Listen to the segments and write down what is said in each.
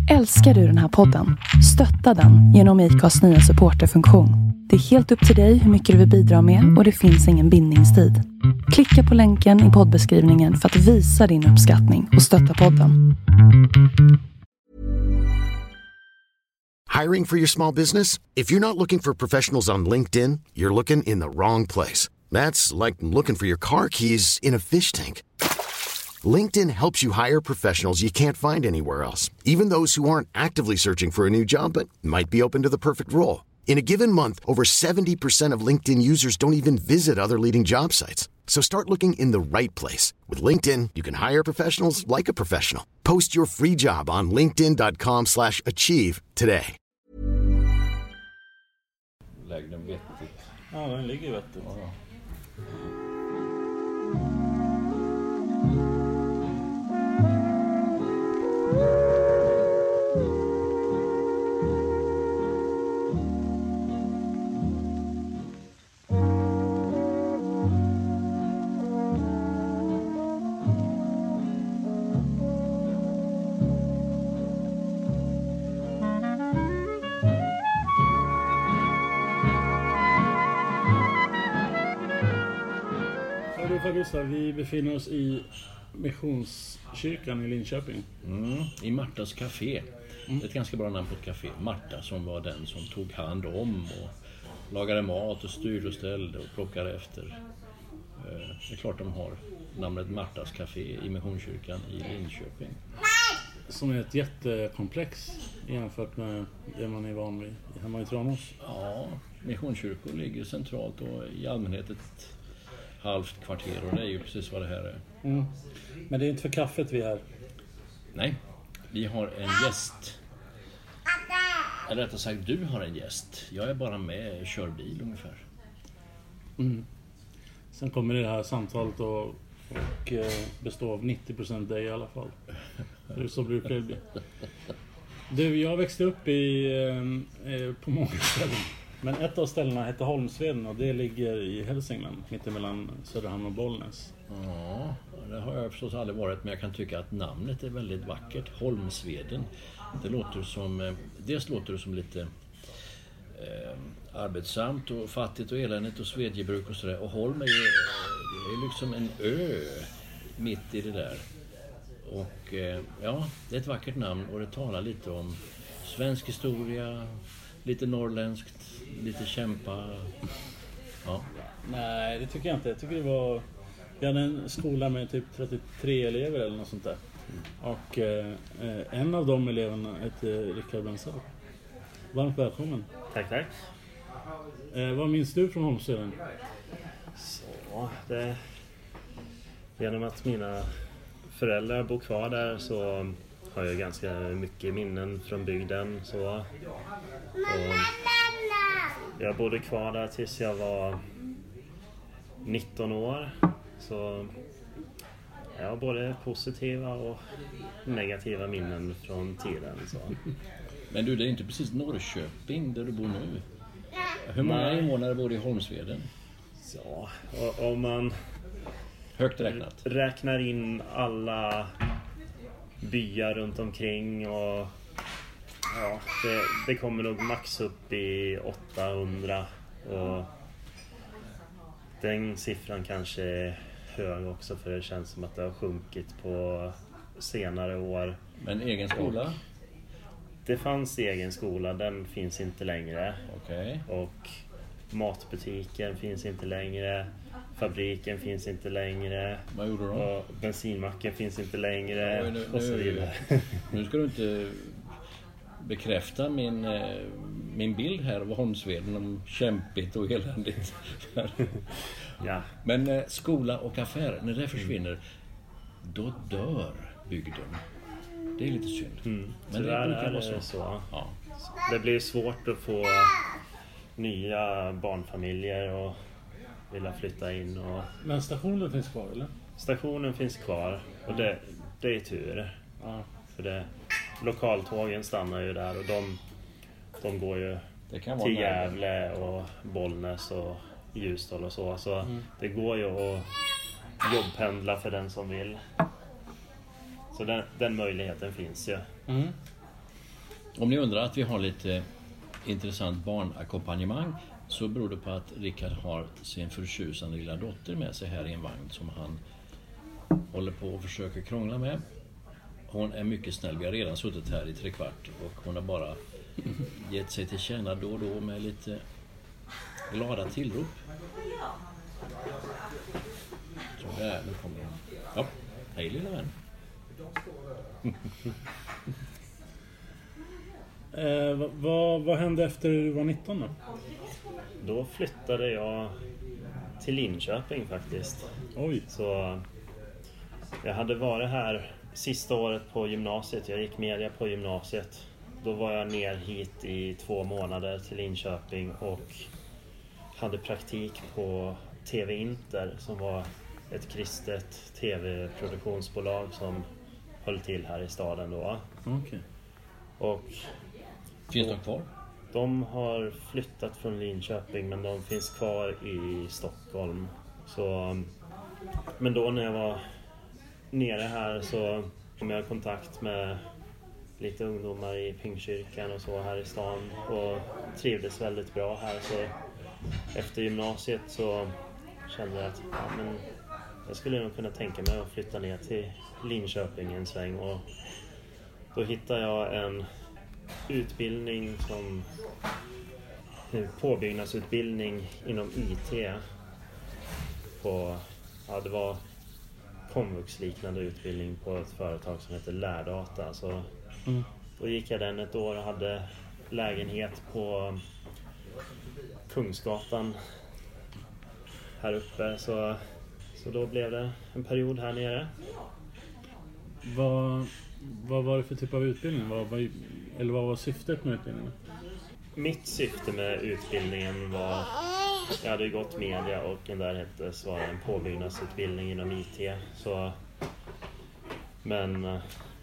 Älskar du den här podden? Stötta den genom IKAs nya supporterfunktion. Det är helt upp till dig hur mycket du vill bidra med och det finns ingen bindningstid. Klicka på länken i poddbeskrivningen för att visa din uppskattning och stötta podden. Hiring for your small business? If you're not looking for professionals on LinkedIn, you're looking in the wrong place. That's like looking for your car keys in a fish tank. LinkedIn helps you hire professionals you can't find anywhere else, even those who aren't actively searching for a new job but might be open to the perfect role. In a given month, over 70% of LinkedIn users don't even visit other leading job sites. So start looking in the right place. With LinkedIn, you can hire professionals like a professional. Post your free job on linkedin.com/achieve today. Lägg den vettigt. Ja, den ligger vettigt. Ja. Gustav, vi befinner oss i Missionskyrkan i Linköping. I Martas café. Ett ganska bra namn på ett café. Marta, som var den som tog hand om och lagade mat och styrde och ställde och plockade efter. Det är klart de har namnet Martas café i Missionskyrkan i Linköping. Som är ett jättekomplex jämfört med det man är van vid hemma i Tranås. Ja, Missionskyrkor ligger centralt och i allmänhet ett halvt kvarter, och det är ju precis vad det här är. Men det är inte för kaffet vi är här. Nej, vi har en gäst. Eller rättare sagt, du har en gäst. Jag är bara med och kör bil ungefär. Sen kommer det här samtalet och bestå av 90% dig i alla fall. Så brukar det bli. Du, jag växte upp på många ställen. Men ett av ställena heter Holmsveden och det ligger i Hälsingland, mittemellan Söderhamn och Bollnäs. Ja, det har jag förstås aldrig varit, men jag kan tycka att namnet är väldigt vackert. Holmsveden. Det låter som, dels låter det som lite arbetsamt och fattigt och eländigt och svedjebruk och sådär. Och Holm är liksom en ö mitt i det där. Och ja, det är ett vackert namn och det talar lite om svensk historia, lite norrländskt, lite kämpa. Ja. Nej, det tycker jag inte. Jag tycker det var... Vi hade en skola med typ 33 elever eller något sånt där. Och en av de eleverna heter Rickard Bensal. Varmt välkommen. Tack. Vad minns du från Holmsveden? Så, genom att mina föräldrar bor kvar där så har jag ganska mycket minnen från bygden. Så. Och jag bodde kvar där tills jag var 19 år. Så jag har både positiva och negativa minnen från tiden. Så. Men du, det är inte precis Norrköping där du bor nu. Hur många invånare bor i Holmsveden? Ja, om man högt räknat räknar in alla byar runt omkring och ja, det kommer nog max upp i 800 och den siffran kanske är hög också för det känns som att det har sjunkit på senare år. Men egen skola? Det fanns egen skola, den finns inte längre. Okay. Och matbutiken finns inte längre. Fabriken finns inte längre. Vad gjorde de? Och bensinmacken finns inte längre. Och så vidare. Nu ska du inte bekräfta min bild här av Holmsveden om kämpigt och eländigt. Ja. Men skola och affär, när det försvinner, då dör bygden. Det är lite synd. Men det brukar vara så. Ja. Det blir svårt att få nya barnfamiljer och vilja flytta in. Men stationen finns kvar, eller? Stationen finns kvar och det är tur. Ja. För lokaltågen stannar ju där och de går ju till Gävle och Bollnäs och Ljusdal och så. Så det går ju att jobbpendla för den som vill. Så den möjligheten finns ju. Om ni undrar att vi har lite intressant barnackompanjemang, så beror det på att Rickard har sin förtjusande lilla dotter med sig här i en vagn som han håller på och försöker krångla med. Hon är mycket snäll. Vi har redan suttit här i 3/4 och hon har bara gett sig till känna då och då med lite glada tillrop. Så där, nu kommer hon. Ja, hej lilla vän. Vad hände efter du var 19 då? Då flyttade jag till Linköping faktiskt. Oj. Så jag hade varit här sista året på gymnasiet. Jag gick media på gymnasiet. Då var jag ner hit i 2 månader till Linköping och hade praktik på TV Inter som var ett kristet tv-produktionsbolag som höll till här i staden då. Okej. Och finns de kvar? De har flyttat från Linköping men de finns kvar i Stockholm. Så, men då när jag var nere här så kom jag i kontakt med lite ungdomar i Pingstkyrkan och så här i stan och trivdes väldigt bra här. Så efter gymnasiet så kände jag att men jag skulle nog kunna tänka mig att flytta ner till Linköping en sväng, och då hittade jag en utbildning som påbyggnadsutbildning inom IT på, det var komvuxliknande utbildning på ett företag som heter Lärdata. Så då gick jag den ett år och hade lägenhet på Kungsgatan här uppe, så då blev det en period här nere. Vad var det för typ av utbildning? Vad var syftet med utbildningen? Mitt syfte med utbildningen var, jag hade ju gått media och den där var en påbyggnadsutbildning inom IT. Men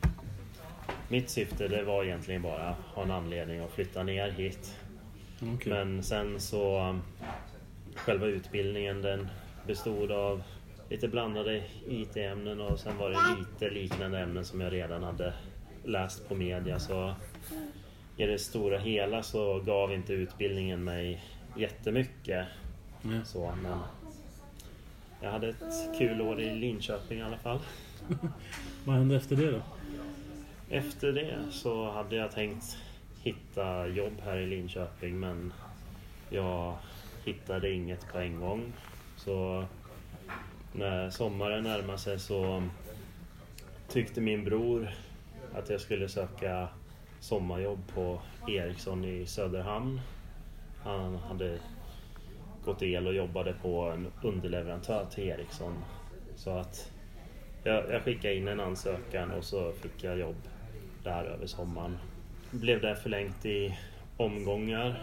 mitt syfte det var egentligen bara att ha en anledning att flytta ner hit. Okay. Men sen så själva utbildningen den bestod av lite blandade IT-ämnen och sen var det lite liknande ämnen som jag redan hade läst på media. Så i det stora hela så gav inte utbildningen mig jättemycket. Så, men jag hade ett kul år i Linköping i alla fall. Vad hände efter det då? Efter det så hade jag tänkt hitta jobb här i Linköping, men jag hittade inget på en gång. Så när sommaren närmade sig så tyckte min bror att jag skulle söka sommarjobb på Ericsson i Söderhamn. Han hade gått el och jobbade på en underleverantör till Ericsson. Så att jag skickade in en ansökan och så fick jag jobb där över sommaren. Blev där förlängt i omgångar.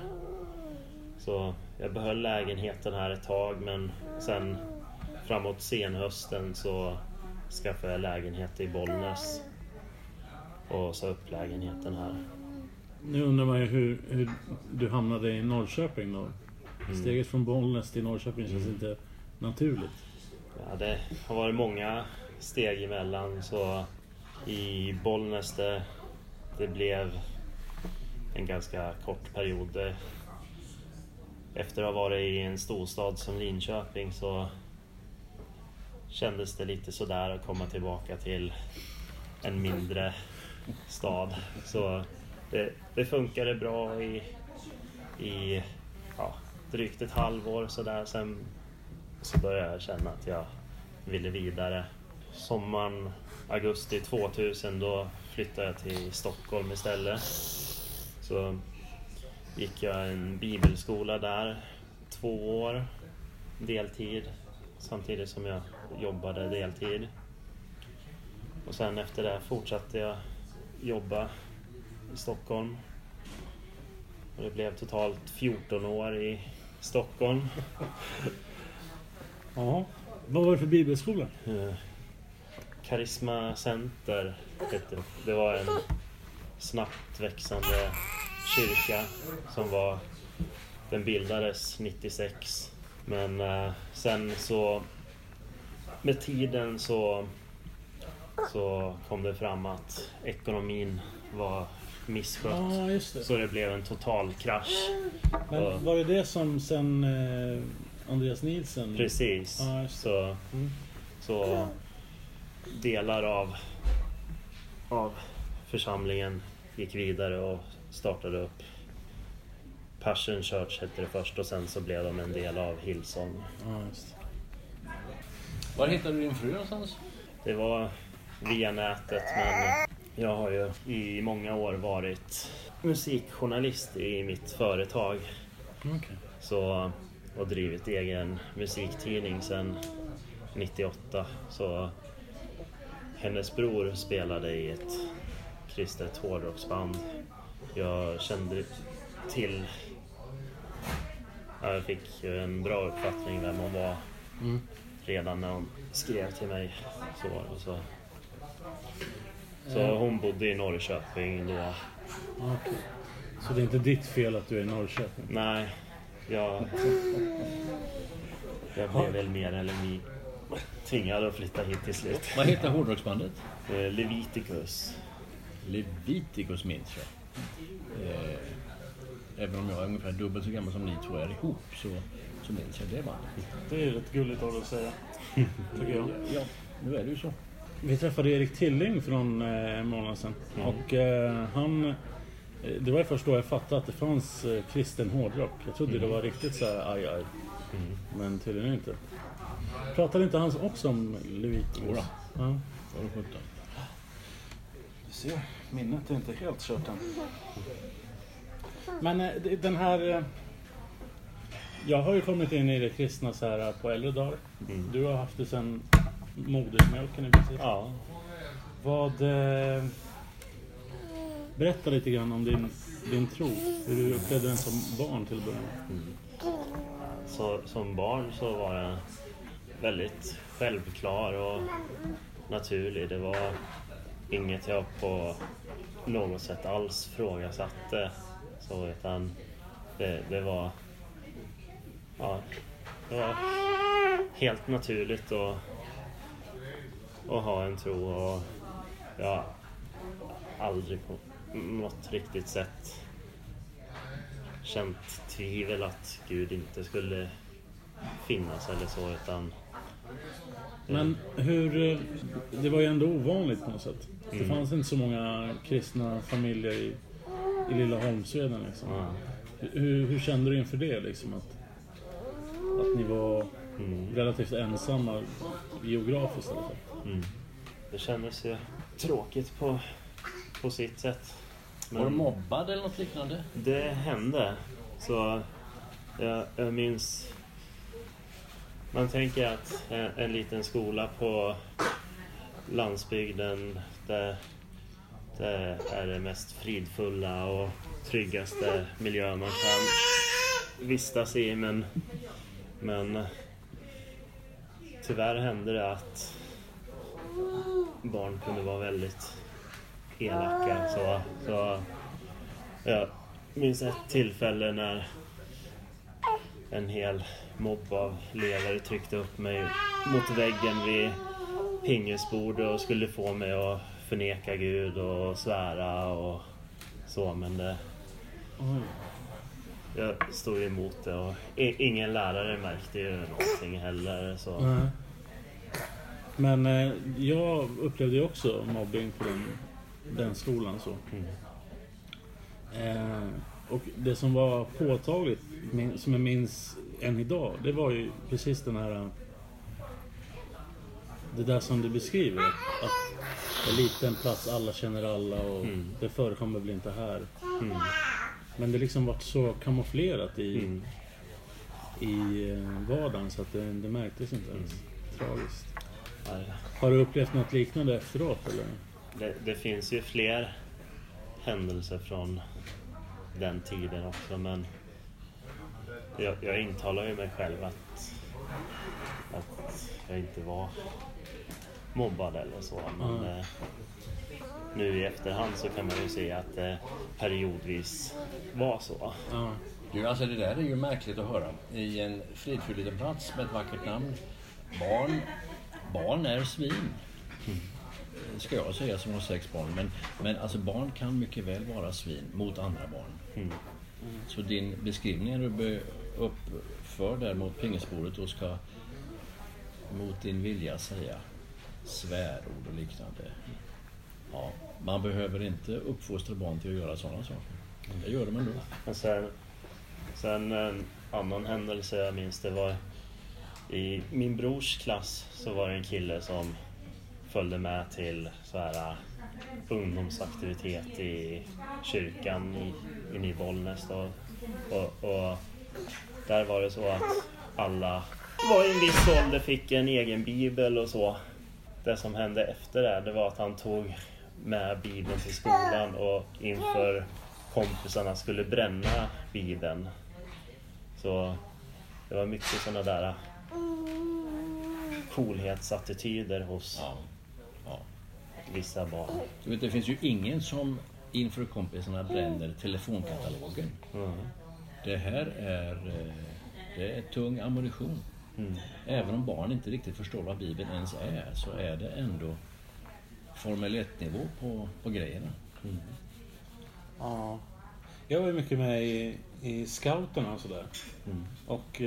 Så jag behöll lägenheten här ett tag, men sen framåt senhösten så skaffade jag lägenhet i Bollnäs och så upp lägenheten här. Nu undrar man ju hur du hamnade i Norrköping då. Steget från Bollnäs till Norrköping känns inte naturligt. Ja, det har varit många steg emellan. Så i Bollnäs det blev en ganska kort period. Efter att ha varit i en storstad som Linköping så kändes det lite sådär att komma tillbaka till en mindre stad. Så det funkade bra i drygt ett halvår sådär. Sen så började jag känna att jag ville vidare. Sommaren, augusti 2000, då flyttade jag till Stockholm istället. Så gick jag en bibelskola där 2 år, deltid, samtidigt som jag jobbade deltid. Och sen efter det fortsatte jag jobba i Stockholm. Och det blev totalt 14 år i Stockholm. Ja. Vad var det för bibelskola? Karisma Center hette det. Det var en snabbt växande kyrka den bildades 96. Men sen så med tiden så kom det fram att ekonomin var misskött. Ja, just det. Så det blev en total krasch. Men var det som sen Andreas Nielsen? Precis. Ja, Så delar av församlingen gick vidare och startade upp. Passion Church hette det först och sen så blev de en del av Hillsong. Ja, just. Var hittade du din fru någonstans? Det var via nätet, men jag har ju i många år varit musikjournalist i mitt företag. Okay. Så, och drivit egen musiktidning sedan 98. Så hennes bror spelade i ett kristet hårdrocksband. Jag kände till... Jag fick en bra uppfattning vem hon var redan när hon skrev till mig. Så hon bodde i Norrköping då. Okay. Så det är inte ditt fel att du är i Norrköping? Nej, jag blev väl mer eller mindre tvingad att flytta hit till slut. Vad heter hårdrocksbandet? Leviticus minns jag. Även om jag är ungefär dubbelt så gammal som ni två är ihop så minns jag det bandet. Det är rätt gulligt att säga, tycker jag. Ja, nu är det ju så. Vi träffade Erik Tilling från en månad sedan. Och han... Det var först då jag fattade att det fanns kristen hårdrock. Jag trodde det var riktigt så här aj. Men tydligen inte. Pratade inte han också om Leviticus? Jodå. Ja. Var det 17? Du ser, minnet är inte helt kört än. Men den här... Jag har ju kommit in i det kristna så här på äldre dagar. Du har haft det sedan modersmjölken i princip. Ja. Berätta lite grann om din tro. Hur du upplevde den som barn till början. Så, som barn så var den väldigt självklar och naturlig. Det var inget jag på något sätt alls frågasatte. Så, utan det var helt naturligt att ha en tro, och jag aldrig på något riktigt sätt känt tvivel att Gud inte skulle finnas eller så, utan... Men det var ju ändå ovanligt på något sätt. Det fanns inte så många kristna familjer i lilla Holmsveden liksom. Hur kände du inför det liksom, att ni var relativt ensamma geografiskt i alla fall? Det kändes ju tråkigt på sitt sätt. Men var du mobbad eller något liknande? Det hände. Så jag minns... Man tänker att en liten skola på landsbygden, det är det mest fridfulla och tryggaste miljö man kan vistas i, men tyvärr hände det att barn kunde vara väldigt elaka. Så jag minns ett tillfälle när en hel mobb av ledare tryckte upp mig mot väggen vid pingisbordet och skulle få mig att förneka Gud och svära och så, men jag stod emot det, och ingen lärare märkte ju någonting heller. Så. Men jag upplevde ju också mobbing på den skolan så. Och det som var påtagligt, som jag minns än idag, det var ju precis den här, det där som du beskriver, att en liten plats, alla känner alla, och det förekommer väl inte här. Men det liksom varit så kamouflerat i vardagen så att det märktes inte ens. Tragiskt. Har du upplevt något liknande efteråt eller? Det finns ju fler händelser från den tiden också, men jag intalar ju mig själv att jag inte var mobbad eller så, men nu i efterhand så kan man ju se att det periodvis var så. Du, alltså det där är ju märkligt att höra. I en fridfull liten plats med ett vackert namn. Barn är svin. ska jag säga som har 6 barn. Men alltså barn kan mycket väl vara svin mot andra barn. Så din beskrivning när du uppför där mot pingisbordet och ska mot din vilja säga svärord och liknande. Ja, man behöver inte uppfostra barn till att göra sådana saker. Det gör de ändå. Men sen en annan händelse jag minns, det var i min brors klass, så var det en kille som följde med till så här ungdomsaktivitet i kyrkan i Bollnäs då. Och där var det så att alla var i en viss ålder fick en egen bibel och så. Det som hände efter det var att han tog med bibeln till skolan och inför kompisarna skulle bränna bibeln. Så det var mycket sådana där coolhetsattityder hos vissa barn. Du vet, det finns ju ingen som inför kompisarna bränner telefonkatalogen. Det här är tung ammunition. Även om barn inte riktigt förstår vad Bibeln ens är, så är det ändå Formel 1-nivå på grejerna. Ja. Jag var ju mycket med i scouterna och sådär. Och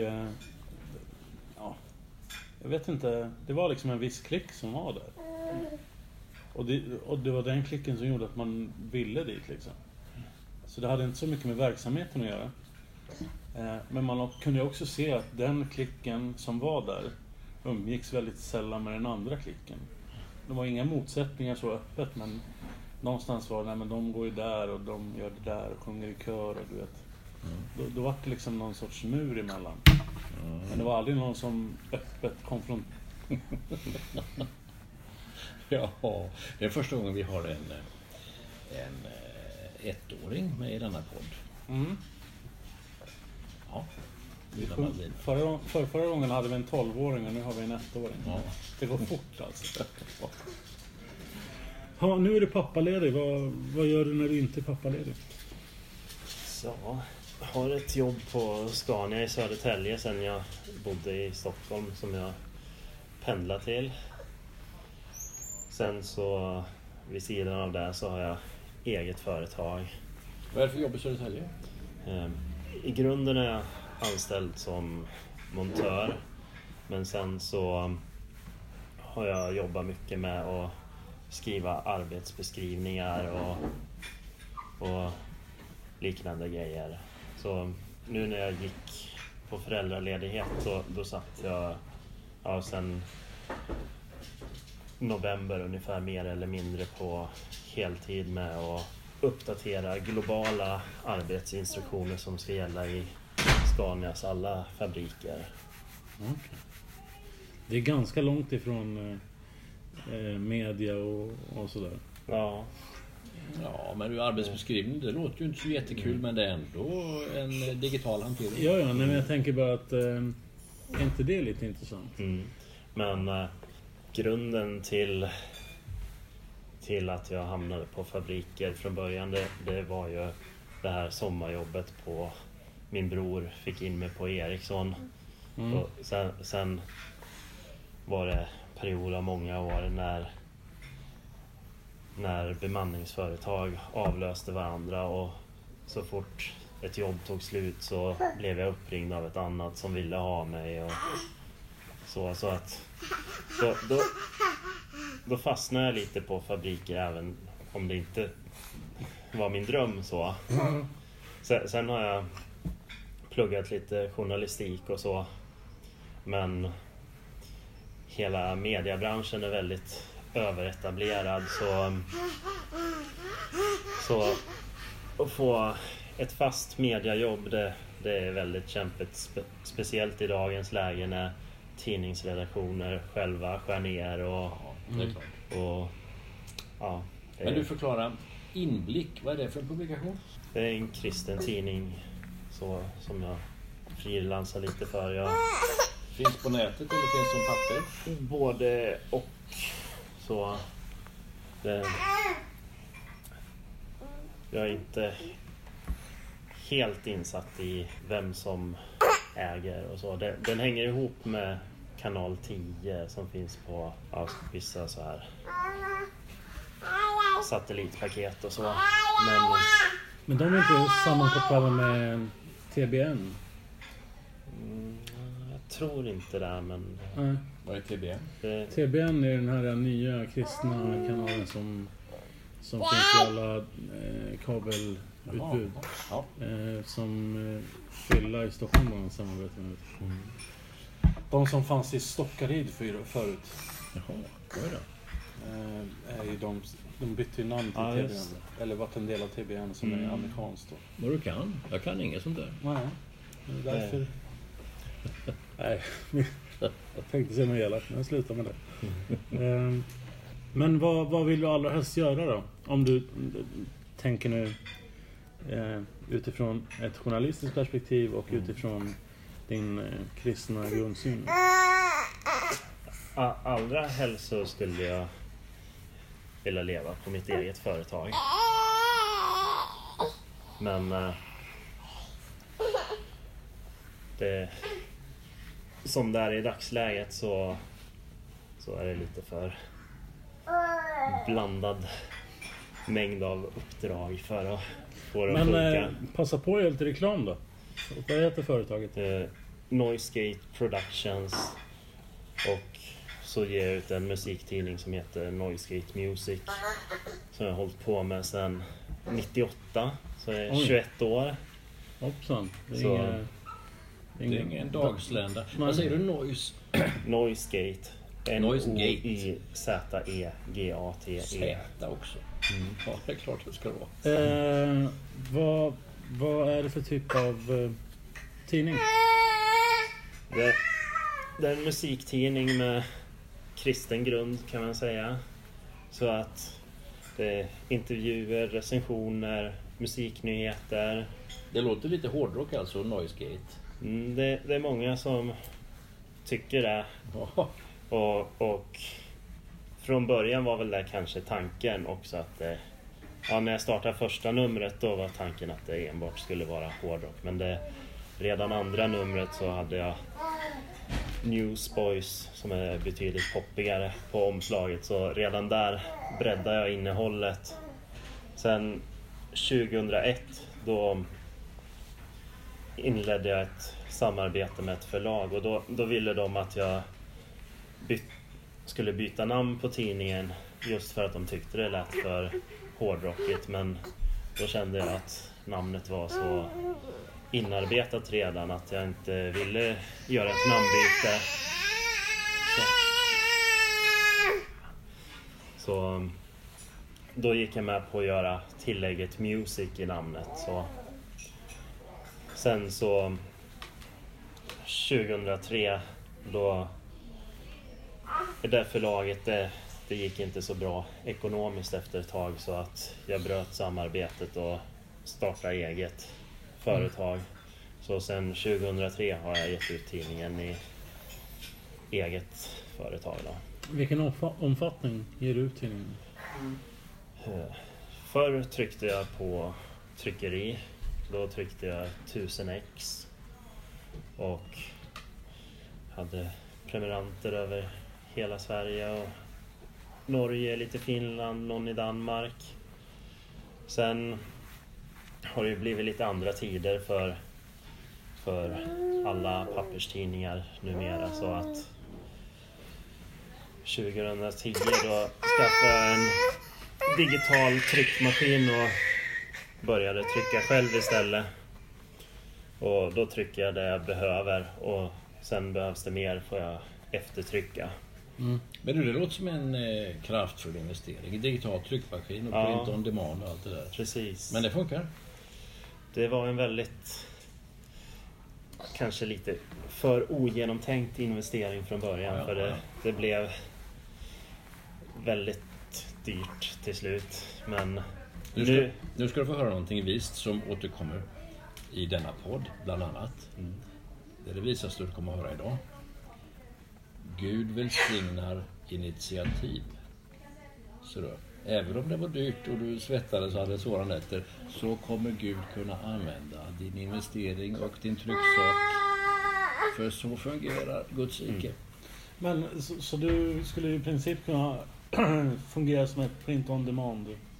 jag vet inte, det var liksom en viss klick som var där. Och det var den klicken som gjorde att man ville dit liksom. Så det hade inte så mycket med verksamheten att göra. Men man kunde också se att den klicken som var där umgicks väldigt sällan med den andra klicken. Det var inga motsättningar så öppet, men någonstans var det, men de går ju där och de gör det där och sjunger i kör och du vet. Då var det liksom någon sorts mur emellan. Men det var aldrig någon som öppet konfronterade. Ja, det är första gången vi har en 1-åring med i denna podd. Ja. Förra gången hade vi en 12-åring och nu har vi en 1-åring. Ja. Det går fort alltså. Ja, nu är du pappaledig. Vad gör du när du inte är pappaledig? Så, jag har ett jobb på Scania i Södertälje sen jag bodde i Stockholm som jag pendlar till. Sen så vid sidan av det så har jag eget företag. Vad är det för jobb i Södertälje? I grunden är jag anställd som montör. Men sen så har jag jobbat mycket med att skriva arbetsbeskrivningar och liknande grejer. Så nu när jag gick på föräldraledighet då satt jag sen november ungefär mer eller mindre på heltid med att uppdatera globala arbetsinstruktioner som ska gälla i Scanias alla fabriker. Okay. Det är ganska långt ifrån media och sådär. Ja. Ja, men arbetsbeskrivning, det låter ju inte så jättekul, men det är ändå en digital hantering. Ja, men jag tänker bara att är inte det lite intressant? Men grunden till att jag hamnade på fabriker från början, det var ju det här sommarjobbet på min bror fick in mig på Ericsson. Och sen var det period av många år när bemanningsföretag avlöste varandra, och så fort ett jobb tog slut så blev jag uppringd av ett annat som ville ha mig och så att då fastnade jag lite på fabriker även om det inte var min dröm så. Sen har jag pluggat lite journalistik och så, men hela mediebranschen är väldigt överetablerad, så att få ett fast mediejobb det är väldigt kämpigt, speciellt i dagens läge när tidningsredaktioner själva skär ner Men du förklarar Inblick, vad är det för en publikation? Det är en kristen tidning så, som jag frilansar lite för. Finns på nätet eller finns som papper? Både och. Så jag är inte helt insatt i vem som äger och så. Den hänger ihop med kanal 10 som finns på vissa så här satellitpaket och så. Men de är inte sammankopplade med TBN? Jag tror inte det, men... Vad är TBN? TBN är den här nya kristna kanalen som finns i alla kabelutbud. Ja. Som Fylla i Stockholm samarbetar med. De som fanns i Stockaryd förut. Jaha, vad är det? Är ju de bytte ju namn till TBN. Eller varit en del av TBN som är amerikanskt då. Vad du kan? Jag kan inget sånt där. Nej, det är därför... Nej, jag tänkte säga något elakt, men jag slutar med det. Men vad vill du allra helst göra då? Om du tänker nu utifrån ett journalistiskt perspektiv och utifrån din kristna grundsyn. Allra helst så skulle jag vilja leva på mitt eget företag. Men det, som det är i dagsläget så är det lite för blandad mängd av uppdrag för att få det att funka. Men passa på att göra lite reklam då. Vad heter företaget? Noisegate Productions. Och så ger jag ut en musiktidning som heter Noisegate Music. Som jag har hållit på med sedan 98. Så det är 21 år. Hoppsan. Det är ingen dagslända. Vad säger du? Noisegate. Noisegate. Z också. Ja, det är klart det ska vara. Vad är det för typ av tidning? Det är en musiktidning med kristen grund kan man säga. Så att det är intervjuer, recensioner, musiknyheter. Det låter lite hårdrock alltså, Noisegate. Det är många som tycker det. Och från början var väl det kanske tanken också att när jag startade första numret då var tanken att det enbart skulle vara hårdrock. Men redan andra numret så hade jag Newsboys som är betydligt poppigare på omslaget. Så redan där breddade jag innehållet. Sen 2001 då inledde jag ett samarbete med ett förlag. Och då ville de att jag skulle byta namn på tidningen just för att de tyckte det lät för hårdrockigt. Men då kände jag att namnet var så inarbetat redan att jag inte ville göra ett namnbyte. Så då gick jag med på att göra tillägget Music i namnet. Sen så 2003 då det förlaget det gick inte så bra ekonomiskt efter ett tag så att jag bröt samarbetet och startade eget företag. Så sen 2003 har jag gett ut tidningen i eget företag då. Vilken omfattning ger du ut tidningen? Förr tryckte jag på tryckeri. Då tryckte jag 1000x och hade prenumeranter över hela Sverige och Norge, lite Finland, någon i Danmark. Sen har det ju blivit lite andra tider för alla papperstidningar numera, så att 2010 då skaffade jag en digital tryckmaskin och började trycka själv istället. Och då trycker jag det jag behöver och sen behövs det mer får jag eftertrycka. Men det låter som en kraftfull investering. Digital tryckmaskin och print on demand och allt det där. Precis. Men det funkar? Det var en väldigt, kanske lite för ogenomtänkt investering från början. För det blev väldigt dyrt till slut. Men nu ska du få höra någonting vist som återkommer i denna podd bland annat. Det är det visaste du kommer att höra idag. Gud välsignar initiativ. Så då, även om det var dyrt och du svettades och hade svåra nätter, så kommer Gud kunna använda din investering och din trycksak. För så fungerar Guds rike. Men så du skulle i princip kunna fungera som ett print on demand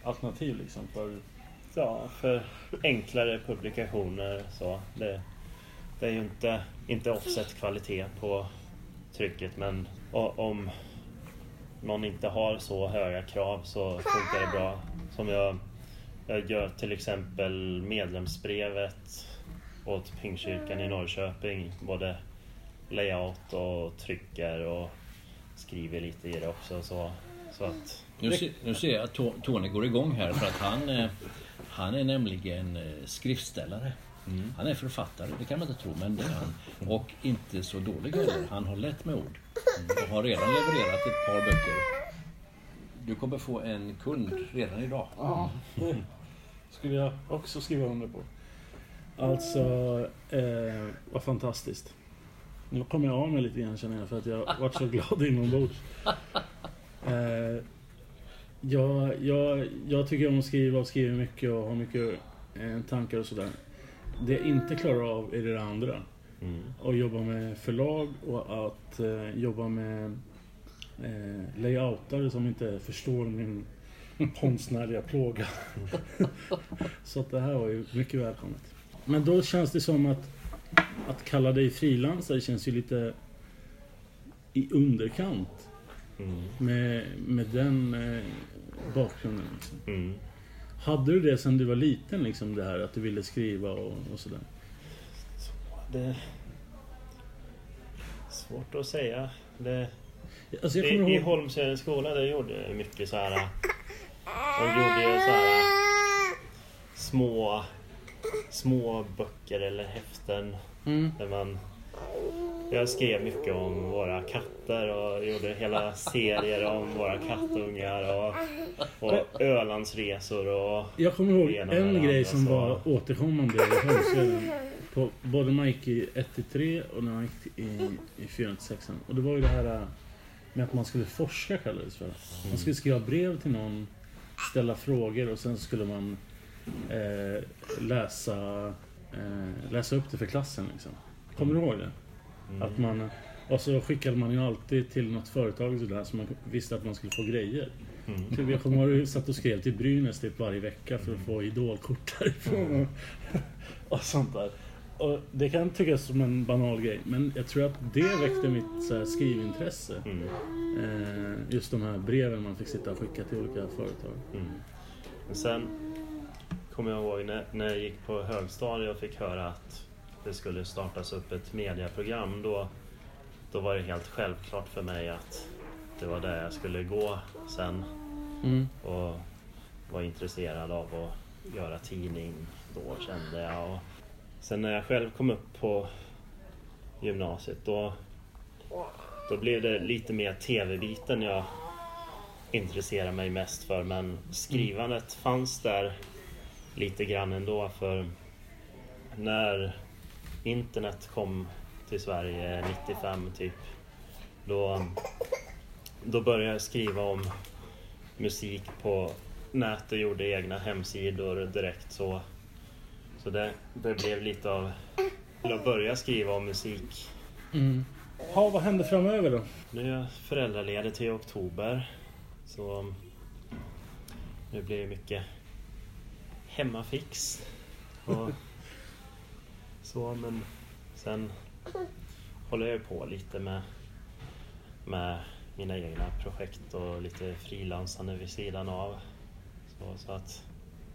alternativ liksom för... Ja, för enklare publikationer så. Det är ju inte offset kvalitet på trycket, men om någon inte har så höga krav så funkar det bra. Som jag gör till exempel medlemsbrevet åt Pingstkyrkan i Norrköping, både layout och trycker och skriver lite i det också så att... Nu ser jag att Tony går igång här för att han är nämligen skriftställare. Han är författare, det kan man inte tro, men det är han. Och inte så dålig heller. Han har lätt med ord och har redan levererat ett par böcker. Du kommer få en kund redan idag. Ja, det skulle jag också skriva under på. Alltså, vad fantastiskt. Nu kommer jag av mig lite grann, känner jag, för att jag har varit så glad inombords. Jag tycker om att skriva och skriver mycket och har mycket tankar och sådär. Det jag inte klarar av är det andra. Att jobba med förlag och att jobba med layoutare som inte förstår min konstnärliga plåga. Så att det här var ju mycket välkommet. Men då känns det som att kalla dig frilansare känns ju lite i underkant med den bakgrunden liksom. Hade du det sedan du var liten liksom, det här att du ville skriva och sådär? Det är svårt att säga. Alltså I Holmsödens skola där gjorde jag mycket så här. Jag gjorde så här små böcker eller häften där jag skrev mycket om våra katter och gjorde hela serier om våra kattungar och Ölandsresor och... Jag kommer ihåg en grej som var återkommande i Holmsöden på både när man gick i 1-3 och när man gick i 4-6. Och det var ju det här med att man skulle forska, kallades för. Man skulle skriva brev till någon, ställa frågor och sen skulle man läsa upp det för klassen liksom. Kommer du ihåg det? Att man, och så skickade man ju alltid till något företag så där, så man visste att man skulle få grejer. Jag kommer ihåg att satt och skrev till Brynäs typ varje vecka för att få idolkort därifrån och sånt där. Och det kan tyckas som en banal grej, men jag tror att det väckte mitt så här, skrivintresse. Just de här breven man fick sitta och skicka till olika företag. Men sen kommer jag ihåg när jag gick på högstadiet och fick höra att det skulle startas upp ett mediaprogram, då var det helt självklart för mig att det var där jag skulle gå sen och var intresserad av att göra tidning då, kände jag. Och sen när jag själv kom upp på gymnasiet då blev det lite mer tv-biten jag intresserade mig mest för, men skrivandet fanns där lite grann ändå, för när internet kom till Sverige 95 typ, då började jag skriva om musik på nätet och gjorde egna hemsidor direkt så det blev lite av att börja skriva om musik. Vad händer framöver då? Nu är jag föräldraledig till oktober, så nu blir det mycket hemmafix och så, men sen håller jag på lite med mina egna projekt och lite frilansande vid sidan av. Så att...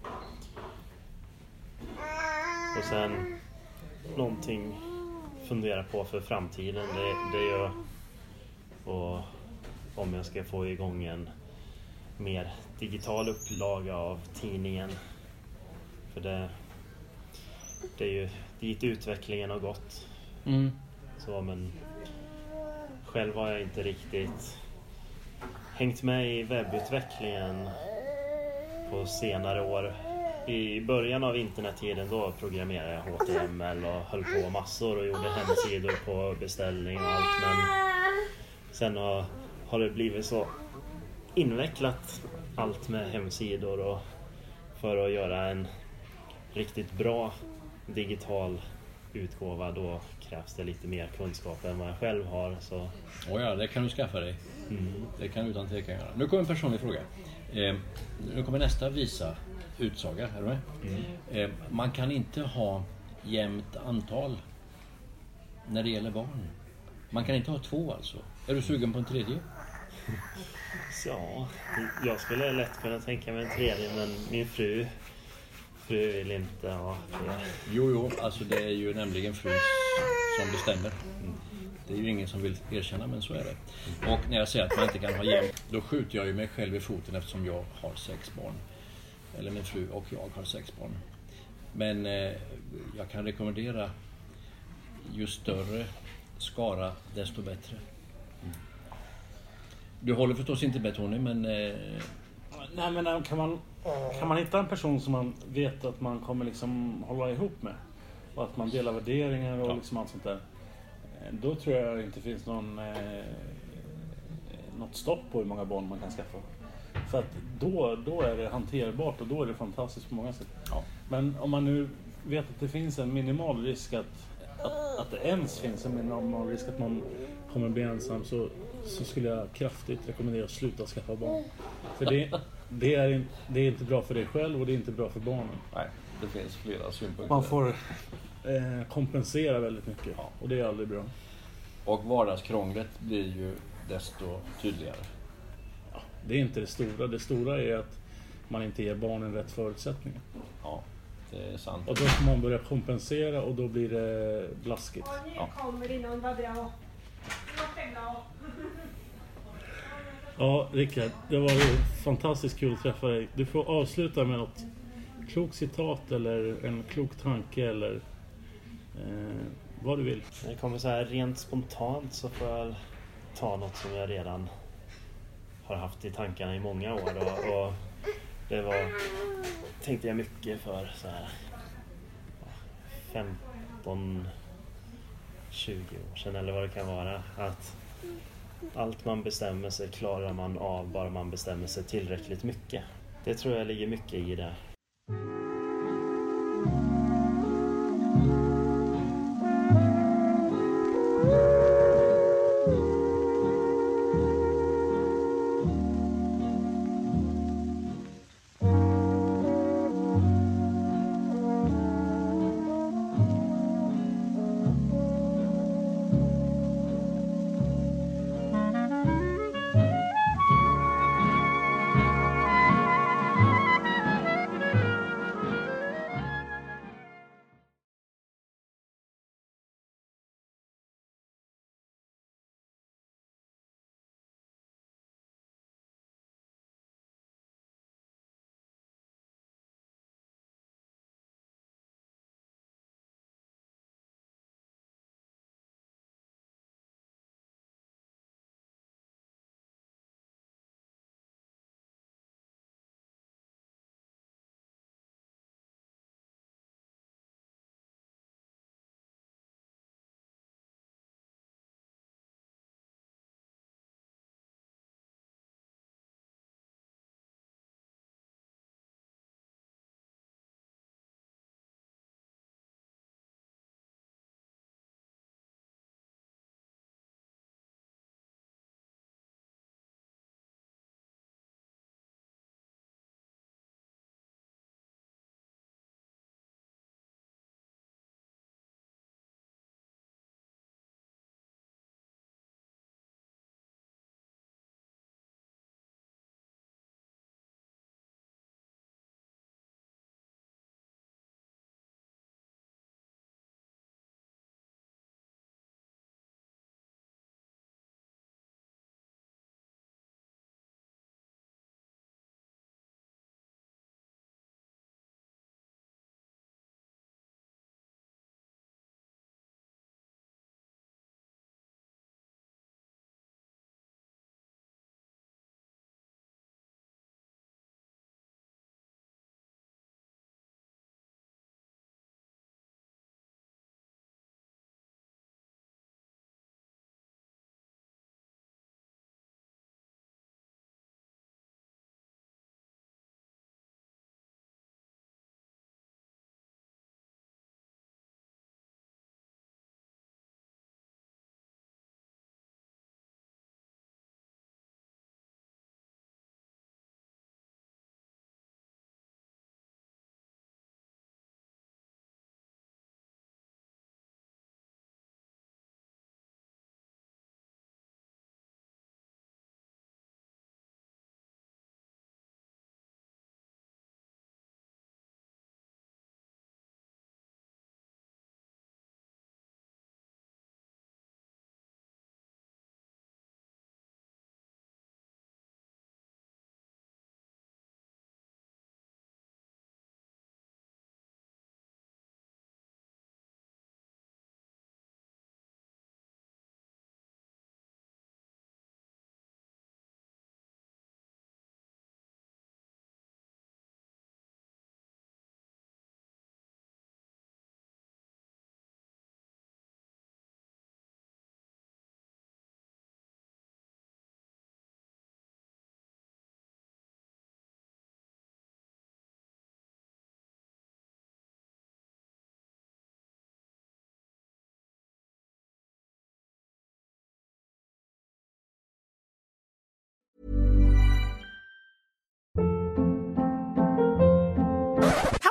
Och sen någonting fundera på för framtiden, det är ju och om jag ska få igång en mer digital upplaga av tidningen. För det är ju dit utvecklingen har gått. Så, men själv har jag inte riktigt hängt med i webbutvecklingen på senare år. I början av internettiden då programmerade jag HTML och höll på massor och gjorde hemsidor på beställning och allt. Men sen har det blivit så invecklat allt med hemsidor, och för att göra en riktigt bra digital utgåva, då krävs det lite mer kunskap än vad jag själv har. Så. Ja, det kan du skaffa dig. Det kan du utan tvekan göra. Nu kommer en personlig fråga. Nu kommer nästa visa utsaga. Är du med? Man kan inte ha jämnt antal när det gäller barn. Man kan inte ha 2 alltså. Är du sugen på en 3:e? Ja, jag skulle lätt kunna tänka mig en 3:e, men min fru vill inte ha fler. Jo, alltså det är ju nämligen fru som bestämmer. Det är ju ingen som vill erkänna, men så är det. Och när jag säger att man inte kan ha jämnt, då skjuter jag ju mig själv i foten eftersom jag har 6 barn. Eller min fru och jag har 6 barn. Men jag kan rekommendera ju större skara desto bättre. Du håller förstås inte med Tony, men... Nej, men kan man hitta en person som man vet att man kommer liksom hålla ihop med och att man delar värderingar och liksom allt sånt där, då tror jag inte finns något stopp på hur många barn man kan skaffa. För att då är det hanterbart och då är det fantastiskt på många sätt. Ja. Men om man nu vet att det finns en minimal risk att det ens finns en minimal risk att man kommer bli ensam, så skulle jag kraftigt rekommendera att sluta skaffa barn. För det är inte bra för dig själv och det är inte bra för barnen. Nej, det finns flera synpunkter. Man får kompensera väldigt mycket, och det är aldrig bra. Och vardagskrånglet blir ju desto tydligare. Ja, det är inte det stora. Det stora är att man inte ger barnen rätt förutsättningar. Ja, det är sant. Och då får man börja kompensera och då blir det blaskigt. Ja, nu kommer det någon, vad bra. Ja, Rickard, det var ju fantastiskt kul att träffa dig. Du får avsluta med något klokt citat eller en klok tanke eller vad du vill. När det kommer så här rent spontant så får jag ta något som jag redan har haft i tankarna i många år. Och det tänkte jag mycket för så här 15-20 år sedan eller vad det kan vara. Att allt man bestämmer sig klarar man av bara man bestämmer sig tillräckligt mycket. Det tror jag ligger mycket i det.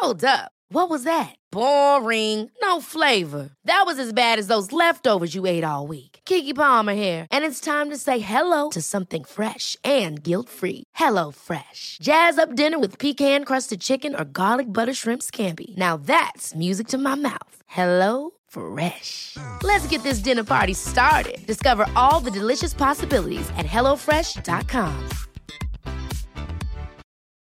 Hold up. What was that? Boring. No flavor. That was as bad as those leftovers you ate all week. Keke Palmer here, and it's time to say hello to something fresh and guilt-free. Hello Fresh. Jazz up dinner with pecan-crusted chicken or garlic butter shrimp scampi. Now that's music to my mouth. Hello Fresh. Let's get this dinner party started. Discover all the delicious possibilities at hellofresh.com.